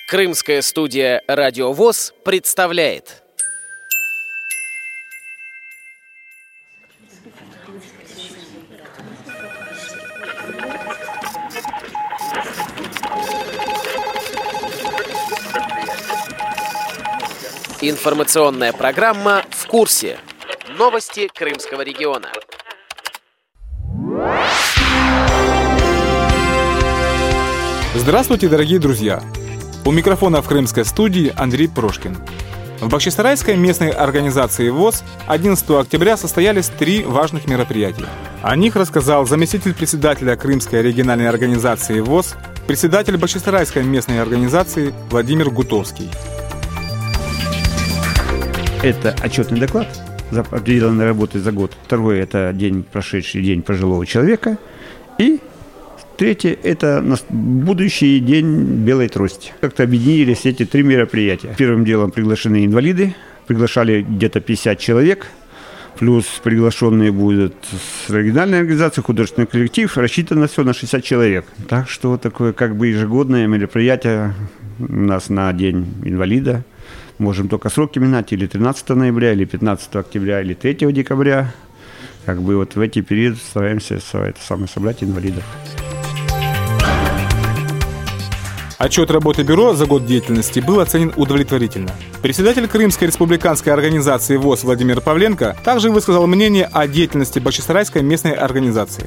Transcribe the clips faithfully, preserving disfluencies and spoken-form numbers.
Крымская студия «Радио ВОС» представляет. Информационная программа «В курсе». Новости Крымского региона. Здравствуйте, дорогие друзья! У микрофона в крымской студии Андрей Прошкин. В Бахчисарайской местной организации ВОС одиннадцатого октября состоялись три важных мероприятия. О них рассказал заместитель председателя Крымской региональной организации ВОС, председатель Бахчисарайской местной организации Владимир Гутовский. Это отчетный доклад за определенной работой за год. Второй – это день, прошедший день пожилого человека. И третье – это будущий день белой трости. Как-то объединились эти три мероприятия. Первым делом приглашены инвалиды. Приглашали где-то пятьдесят человек. Плюс приглашенные будут с региональной организации, художественный коллектив. Рассчитано все на шестьдесят человек. Так что такое как бы ежегодное мероприятие у нас на День инвалида. Можем только сроки менять, или тринадцатого ноября, или пятнадцатого октября, или третьего декабря. Как бы вот в эти периоды стараемся это самое, собрать инвалидов. Отчет работы бюро за год деятельности был оценен удовлетворительно. Председатель Крымской республиканской организации ВОС Владимир Павленко также высказал мнение о деятельности Бахчисарайской местной организации.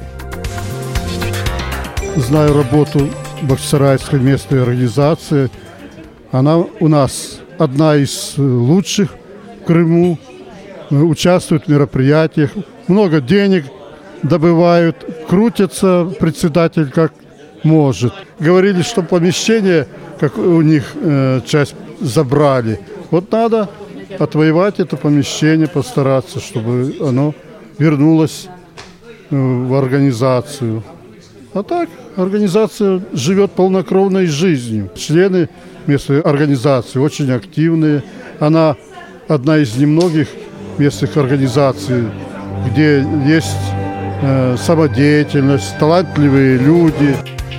Знаю работу Бахчисарайской местной организации. Она у нас одна из лучших в Крыму, участвует в мероприятиях, много денег добывают, крутится председатель как может. Говорили, что помещение, как у них э, часть забрали. Вот надо отвоевать это помещение, постараться, чтобы оно вернулось э, в организацию. А так организация живет полнокровной жизнью. Члены местной организации очень активные. Она одна из немногих местных организаций, где есть э, самодеятельность, талантливые люди.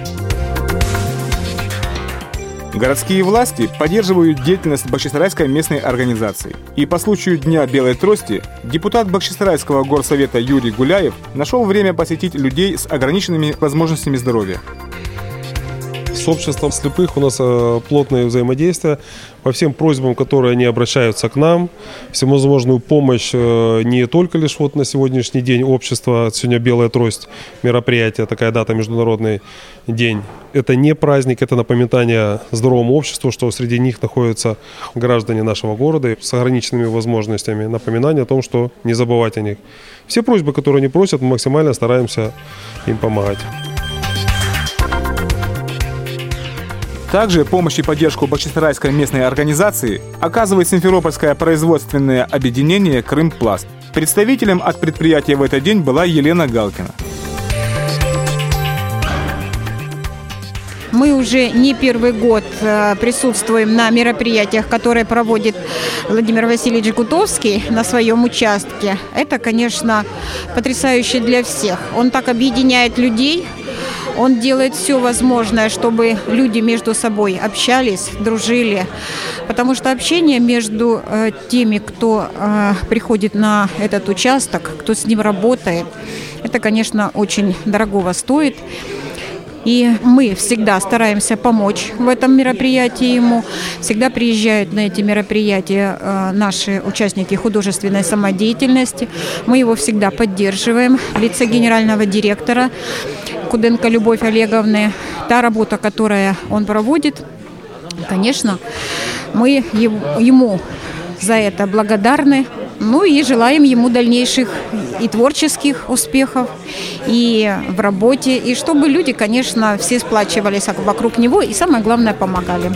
Городские власти поддерживают деятельность Бахчисарайской местной организации. И по случаю Дня белой трости депутат Бахчисарайского горсовета Юрий Гуляев нашел время посетить людей с ограниченными возможностями здоровья. С обществом слепых у нас плотное взаимодействие. По всем просьбам, которые они обращаются к нам, всевозможную помощь не только лишь вот на сегодняшний день общества, сегодня белая трость, мероприятие, такая дата, международный день. Это не праздник, это напоминание здоровому обществу, что среди них находятся граждане нашего города с ограниченными возможностями, напоминание о том, что не забывать о них. Все просьбы, которые они просят, мы максимально стараемся им помогать. Также помощь и поддержку Бахчисарайской местной организации оказывает Симферопольское производственное объединение «Крымпласт». Представителем от предприятия в этот день была Елена Галкина. Мы уже не первый год присутствуем на мероприятиях, которые проводит Владимир Васильевич Гутовский на своем участке. Это, конечно, потрясающе для всех. Он так объединяет людей. Он делает все возможное, чтобы люди между собой общались, дружили. Потому что общение между э, теми, кто э, приходит на этот участок, кто с ним работает, это, конечно, очень дорогого стоит. И мы всегда стараемся помочь в этом мероприятии ему. Всегда приезжают на эти мероприятия э, наши участники художественной самодеятельности. Мы его всегда поддерживаем. В лице генерального директора Куденко Любовь Олеговны. Та работа, которую он проводит, конечно, мы ему за это благодарны. Ну и желаем ему дальнейших и творческих успехов, и в работе, и чтобы люди, конечно, все сплачивались вокруг него и, самое главное, помогали.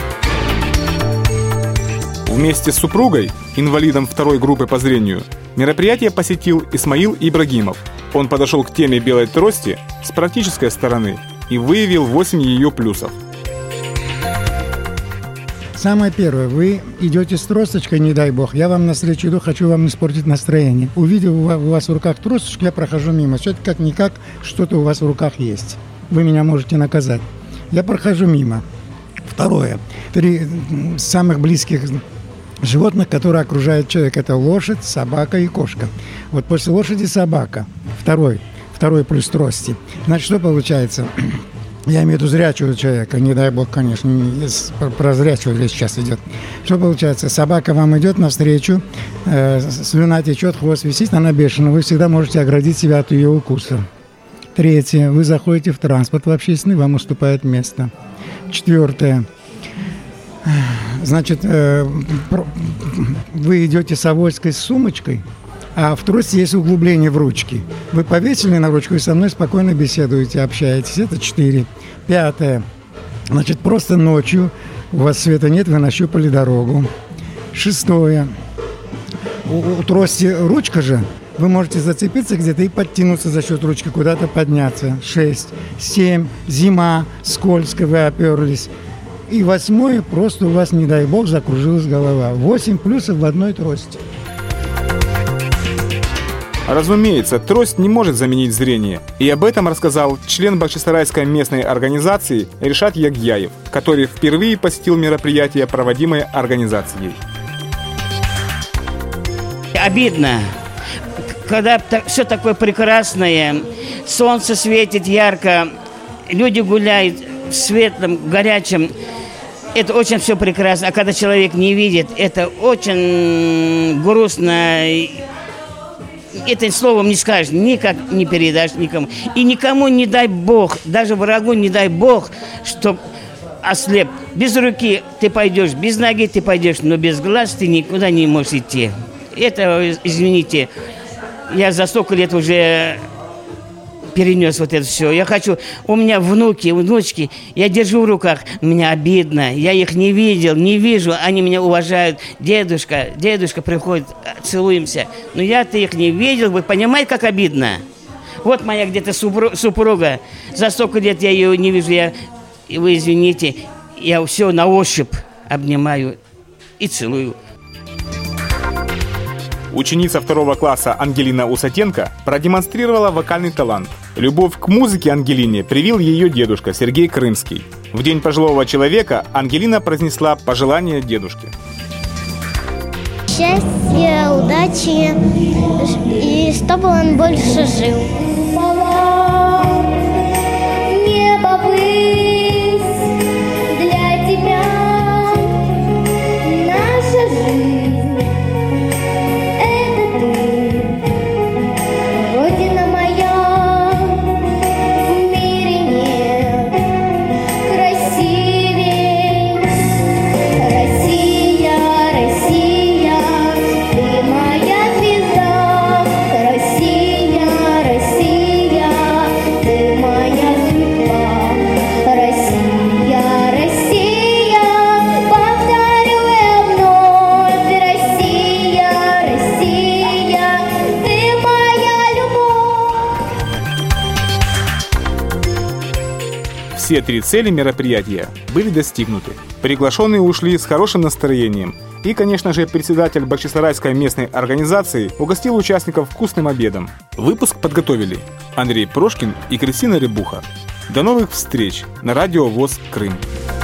Вместе с супругой, инвалидом второй группы по зрению, мероприятие посетил Исмаил Ибрагимов. Он подошел к теме белой трости с практической стороны и выявил восемь ее плюсов. Самое первое, вы идете с тросточкой, не дай бог, я вам навстречу иду, хочу вам испортить настроение. Увидев у вас в руках тросточку, я прохожу мимо. Все-таки как-никак что-то у вас в руках есть. Вы меня можете наказать. Я прохожу мимо. Второе. Три самых близких животных, которые окружают человека. Это лошадь, собака и кошка. Вот после лошади собака. Второй. Второй плюс трости. Значит, что получается? Я имею в виду зрячего человека, не дай бог, конечно, про зрячего речь сейчас идет. Что получается? Собака вам идет навстречу, э, слюна течет, хвост висит, она бешеная. Вы всегда можете оградить себя от ее укуса. Третье. Вы заходите в транспорт в общественный, вам уступает место. Четвертое. Значит, э, вы идете с авоськой, с сумочкой, а в трости есть углубление в ручке. Вы повесили на ручку и со мной спокойно беседуете, общаетесь. Это четыре. Пятое. Значит, просто ночью, у вас света нет, вы нащупали дорогу. Шестое. У, у трости ручка же, вы можете зацепиться где-то и подтянуться за счет ручки, куда-то подняться. Шесть. Семь. Зима, скользко, вы оперлись. И восьмое, просто у вас, не дай бог, закружилась голова. Восемь плюсов в одной трости. Разумеется, трость не может заменить зрение. И об этом рассказал член Бахчисарайской местной организации Ришат Ягьяев, который впервые посетил мероприятие, проводимое организацией. Обидно, когда все такое прекрасное, солнце светит ярко, люди гуляют в светлом, горячем. Это очень все прекрасно. А когда человек не видит, это очень грустно. Это словом не скажешь, никак не передашь никому. И никому не дай Бог, даже врагу не дай Бог, чтоб ослеп. Без руки ты пойдешь, без ноги ты пойдешь, но без глаз ты никуда не можешь идти. Это, извините, я за столько лет уже перенес вот это все. Я хочу, у меня внуки, внучки, я держу в руках, мне обидно, я их не видел, не вижу, они меня уважают. Дедушка, дедушка приходит, целуемся. Но я-то их не видел, вы понимаете, как обидно? Вот моя где-то супруга, за столько лет я ее не вижу, я, вы извините, я все на ощупь обнимаю и целую. Ученица второго класса Ангелина Усатенко продемонстрировала вокальный талант. Любовь к музыке Ангелине привил ее дедушка Сергей Крымский. В День пожилого человека Ангелина произнесла пожелание дедушке. Счастья, удачи и чтобы он больше жил. Небо ввысь, для тебя наша жизнь. Все три цели мероприятия были достигнуты. Приглашенные ушли с хорошим настроением. И, конечно же, председатель Бахчисарайской местной организации угостил участников вкусным обедом. Выпуск подготовили Андрей Прошкин и Кристина Рябуха. До новых встреч на радио ВОС Крым.